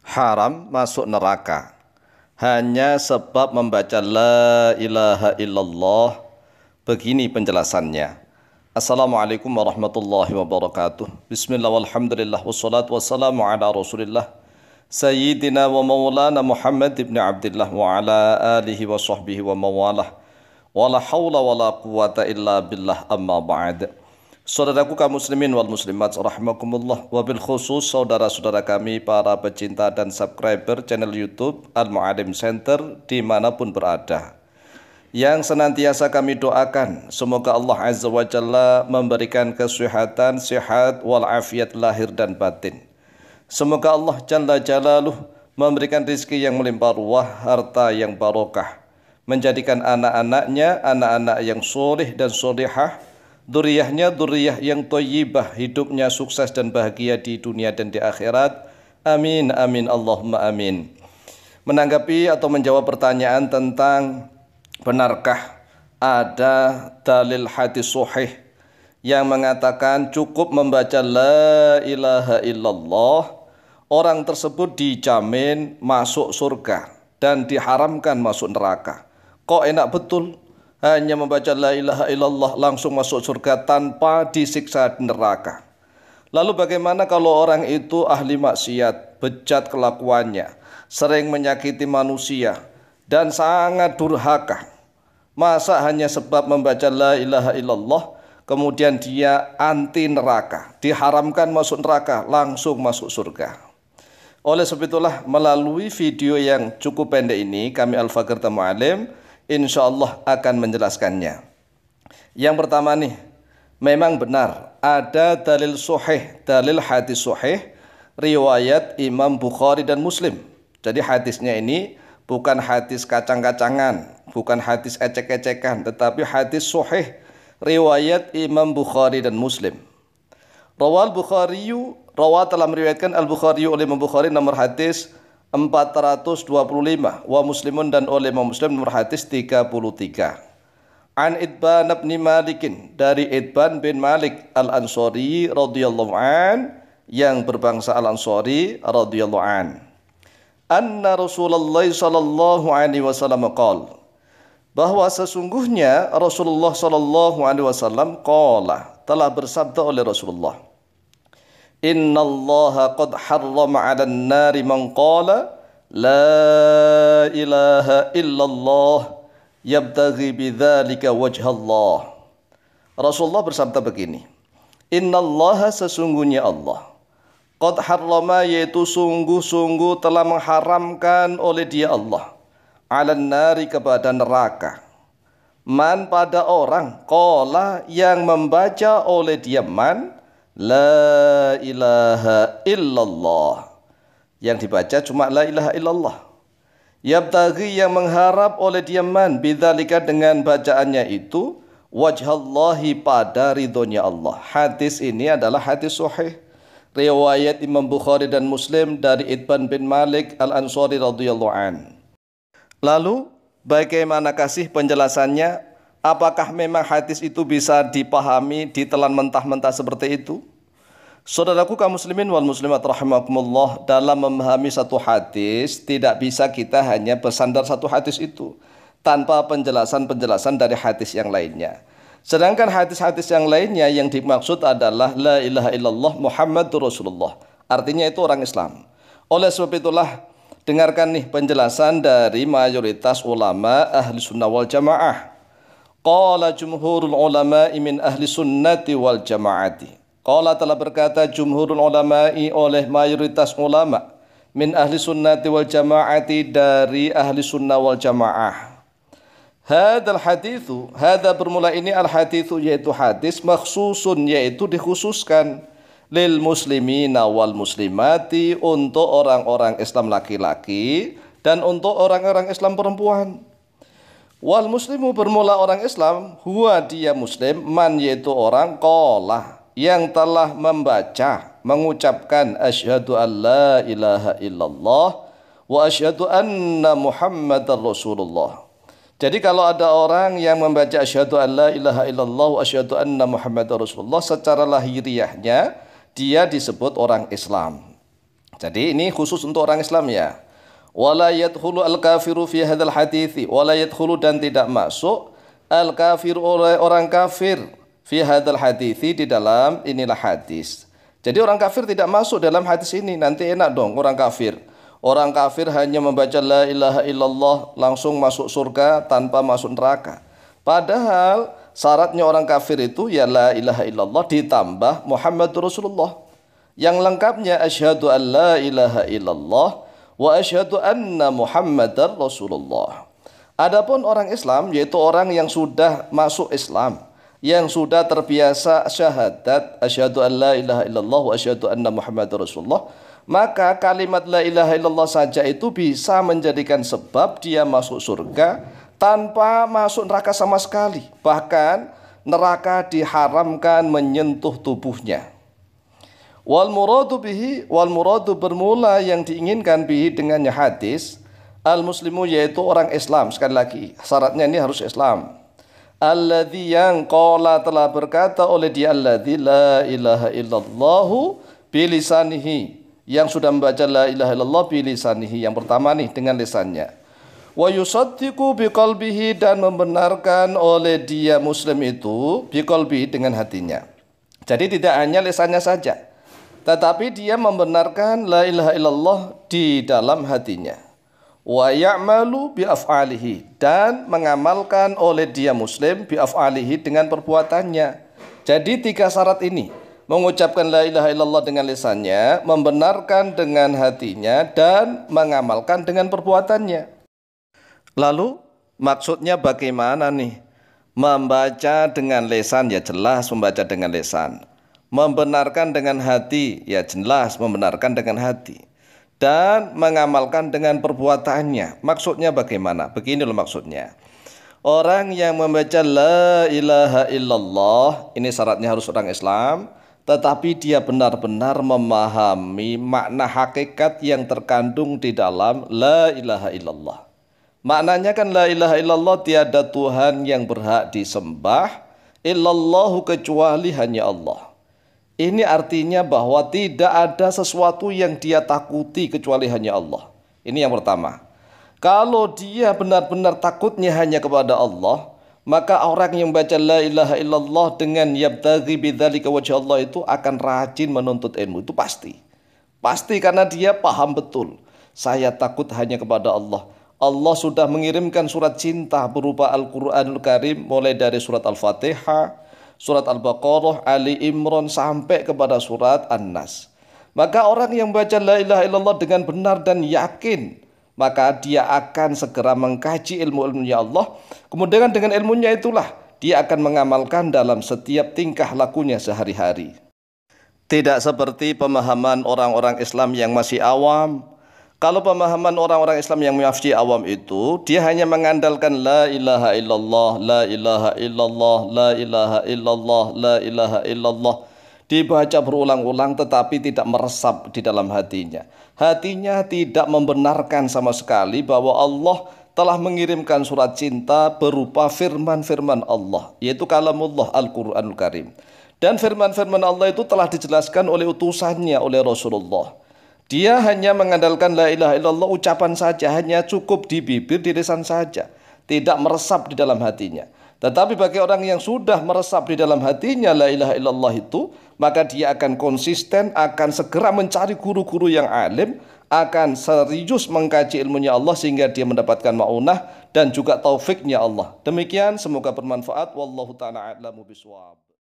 haram masuk neraka hanya sebab membaca la ilaha illallah. Begini penjelasannya. Assalamualaikum warahmatullahi wabarakatuh. Bismillah walhamdulillah wassalatu wassalamu ala rasulillah Sayyidina wa maulana Muhammad ibn Abdillah wa ala alihi wa sahbihi wa mawalah. Wa la hawla wa la quwata illa billah, amma ba'd. Saudaraku kaum muslimin wal muslimat rahimakumullah, wabil khusus saudara-saudara kami para pecinta dan subscriber channel YouTube Al-Mu'alim Center dimanapun berada, yang senantiasa kami doakan semoga Allah Azza wa Jalla memberikan kesehatan, sehat walafiat lahir dan batin. Semoga Allah Jalla Jalaluh memberikan rezeki yang melimpah ruah, harta yang barokah, menjadikan anak-anaknya anak-anak yang soleh dan solehah, duriyahnya duriyah yang thayyibah, hidupnya sukses dan bahagia di dunia dan di akhirat. Amin amin Allahumma amin. Menanggapi atau menjawab pertanyaan tentang benarkah ada dalil hadis sahih yang mengatakan cukup membaca la ilaha illallah, orang tersebut dijamin masuk surga dan diharamkan masuk neraka. Kok enak betul hanya membaca la ilaha illallah langsung masuk surga tanpa disiksa di neraka? Lalu bagaimana kalau orang itu ahli maksiat, bejat kelakuannya, sering menyakiti manusia dan sangat durhaka? Masa hanya sebab membaca la ilaha illallah kemudian dia anti neraka, diharamkan masuk neraka, langsung masuk surga? Oleh sebab itulah melalui video yang cukup pendek ini kami Al-Faqir Mu'alim insyaallah akan menjelaskannya. Yang pertama nih, memang benar ada dalil sahih, dalil hadis sahih riwayat Imam Bukhari dan Muslim. Jadi hadisnya ini bukan hadis kacang-kacangan, bukan hadis ecek-ecekan, tetapi hadis sahih riwayat Imam Bukhari dan Muslim. Rawal Bukhariyu, telah meriwayatkan Al-Bukhari oleh Imam Bukhari nomor hadis 425, wa Muslimun dan oleh Imam Muslim nomor hadis 33. An Idban bin Malikin, dari Idban bin Malik Al-Ansari radhiyallahu an, yang berbangsa Al-Ansari radhiyallahu an. Anna Rasulullah sallallahu alaihi wasallam qala, bahwa sesungguhnya Rasulullah sallallahu alaihi wasallam qala, telah bersabda oleh Rasulullah, innallaha qad harrama 'alan nari man qala la ilaha illallah yabtaghi bidzalika wajhallah. Rasulullah bersabda begini, innallaha, sesungguhnya Allah, qad harrama, yaitu sungguh-sungguh telah mengharamkan oleh dia Allah, 'alan nari, kepada neraka, man, pada orang, qala, yang membaca oleh dia man la ilaha illallah, yang dibaca cuma la ilaha illallah, yabtaghi, yang mengharap oleh dia man bidzalika, dengan bacaannya itu, wajhallahi, pada ridhonya Allah. Hadis ini adalah hadis sahih riwayat Imam Bukhari dan Muslim dari Idban bin Malik Al-Ansari radhiyallahu an. Lalu bagaimana kasih penjelasannya? Apakah memang hadis itu bisa dipahami, ditelan mentah-mentah seperti itu? Saudaraku kaum muslimin wal muslimat rahimakumullah, dalam memahami satu hadis tidak bisa kita hanya bersandar satu hadis itu tanpa penjelasan-penjelasan dari hadis yang lainnya. Sedangkan hadis-hadis yang lainnya yang dimaksud adalah la ilaha illallah Muhammadur Rasulullah, artinya itu orang Islam. Oleh sebab itulah dengarkan nih penjelasan dari mayoritas ulama ahli sunnah wal jamaah. Qala jumhurul ulama'i min ahli sunnati wal jamaati. Qala, telah berkata jumhurul ulama'i, oleh mayoritas ulama, min ahli sunnati wal jamaati, dari ahli sunnah wal jamaah. Hadal hadithu, hada bermula ini al hadithu, yaitu hadis, makhsusun, yaitu dikhususkan, lil muslimina wal muslimati, untuk orang-orang Islam laki-laki dan untuk orang-orang Islam perempuan. Wal muslimu, bermula orang Islam, huwa, dia muslim, man, yaitu orang, qala, yang telah membaca, mengucapkan asyhadu an la ilaha illallah wa asyhadu anna Muhammadar Rasulullah. Jadi kalau ada orang yang membaca asyhadu an la ilaha illallah wa asyhadu anna Muhammadar Rasulullah, secara lahiriahnya dia disebut orang Islam. Jadi ini khusus untuk orang Islam ya. Wala yadkhulu al-kafiru fi hadzal hadithi, wala yadkhulu dan tidak masuk al-kafiru oleh orang kafir fi hadzal hadithi di dalam inilah hadis. Jadi orang kafir tidak masuk dalam hadis ini. Nanti enak dong orang kafir. Orang kafir hanya membaca la ilaha illallah langsung masuk surga tanpa masuk neraka. Padahal syaratnya orang kafir itu ya la ilaha illallah ditambah Muhammadur Rasulullah. Yang lengkapnya asyhadu an la ilaha illallah wa asyhadu anna Muhammadar Rasulullah. Adapun orang Islam yaitu orang yang sudah masuk Islam, yang sudah terbiasa syahadat asyhadu an la ilaha illallah wa asyhadu anna Muhammadar Rasulullah, maka kalimat la ilaha illallah saja itu bisa menjadikan sebab dia masuk surga tanpa masuk neraka sama sekali. Bahkan neraka diharamkan menyentuh tubuhnya. Wal muradu bermula yang diinginkan bihi dengannya hadis al muslimu yaitu orang Islam. Sekali lagi syaratnya ini harus Islam. Alladzi yang qala telah berkata oleh dia alladzi la ilaha illallahu bilisanihi, yang sudah membaca la ilaha illallah bilisanihi, yang pertama nih dengan lisannya. Wa yusaddiqu biqalbihi dan membenarkan oleh dia muslim itu biqalbihi dengan hatinya. Jadi tidak hanya lisannya saja, tetapi dia membenarkan la ilaha illallah di dalam hatinya. Wa ya'malu bi af'alihi dan mengamalkan oleh dia muslim bi af'alihi dengan perbuatannya. Jadi 3 syarat ini, mengucapkan la ilaha illallah dengan lisannya, membenarkan dengan hatinya dan mengamalkan dengan perbuatannya. Lalu maksudnya bagaimana nih? Membaca dengan lisan ya jelas membaca dengan lisan. Membenarkan dengan hati ya jelas membenarkan dengan hati. Dan mengamalkan dengan perbuatannya. Maksudnya bagaimana? Begini loh maksudnya. Orang yang membaca la ilaha illallah, ini syaratnya harus orang Islam, tetapi dia benar-benar memahami makna hakikat yang terkandung di dalam la ilaha illallah. Maknanya kan la ilaha illallah tiada Tuhan yang berhak disembah illallahu kecuali hanya Allah. Ini artinya bahwa tidak ada sesuatu yang dia takuti kecuali hanya Allah. Ini yang pertama. Kalau dia benar-benar takutnya hanya kepada Allah, maka orang yang baca la ilaha illallah dengan yabtaghi bidzalika wajh Allah itu akan rajin menuntut ilmu. Itu pasti. Pasti karena dia paham betul. Saya takut hanya kepada Allah. Allah sudah mengirimkan surat cinta berupa Al-Quranul Karim mulai dari surat Al-Fatihah, surat Al-Baqarah, Ali Imran sampai kepada surat An-Nas. Maka orang yang baca la ilaha illallah dengan benar dan yakin, maka dia akan segera mengkaji ilmu-ilmunya Allah. Kemudian dengan ilmunya itulah dia akan mengamalkan dalam setiap tingkah lakunya sehari-hari. Tidak seperti pemahaman orang-orang Islam yang masih awam. Kalau pemahaman orang-orang Islam yang masih awam itu, dia hanya mengandalkan la ilaha illallah, la ilaha illallah, la ilaha illallah, la ilaha illallah. Dibaca berulang-ulang tetapi tidak meresap di dalam hatinya. Hatinya tidak membenarkan sama sekali bahwa Allah telah mengirimkan surat cinta berupa firman-firman Allah, yaitu kalamullah Al-Quranul Karim. Dan firman-firman Allah itu telah dijelaskan oleh utusannya, oleh Rasulullah. Dia hanya mengandalkan la ilaha illallah ucapan saja, hanya cukup di bibir, di lisan saja, tidak meresap di dalam hatinya. Tetapi bagi orang yang sudah meresap di dalam hatinya la ilaha illallah itu, maka dia akan konsisten, akan segera mencari guru-guru yang alim, akan serius mengkaji ilmunya Allah sehingga dia mendapatkan ma'unah dan juga taufiknya Allah. Demikian, semoga bermanfaat. Wallahu ta'ala a'lamu bishawab.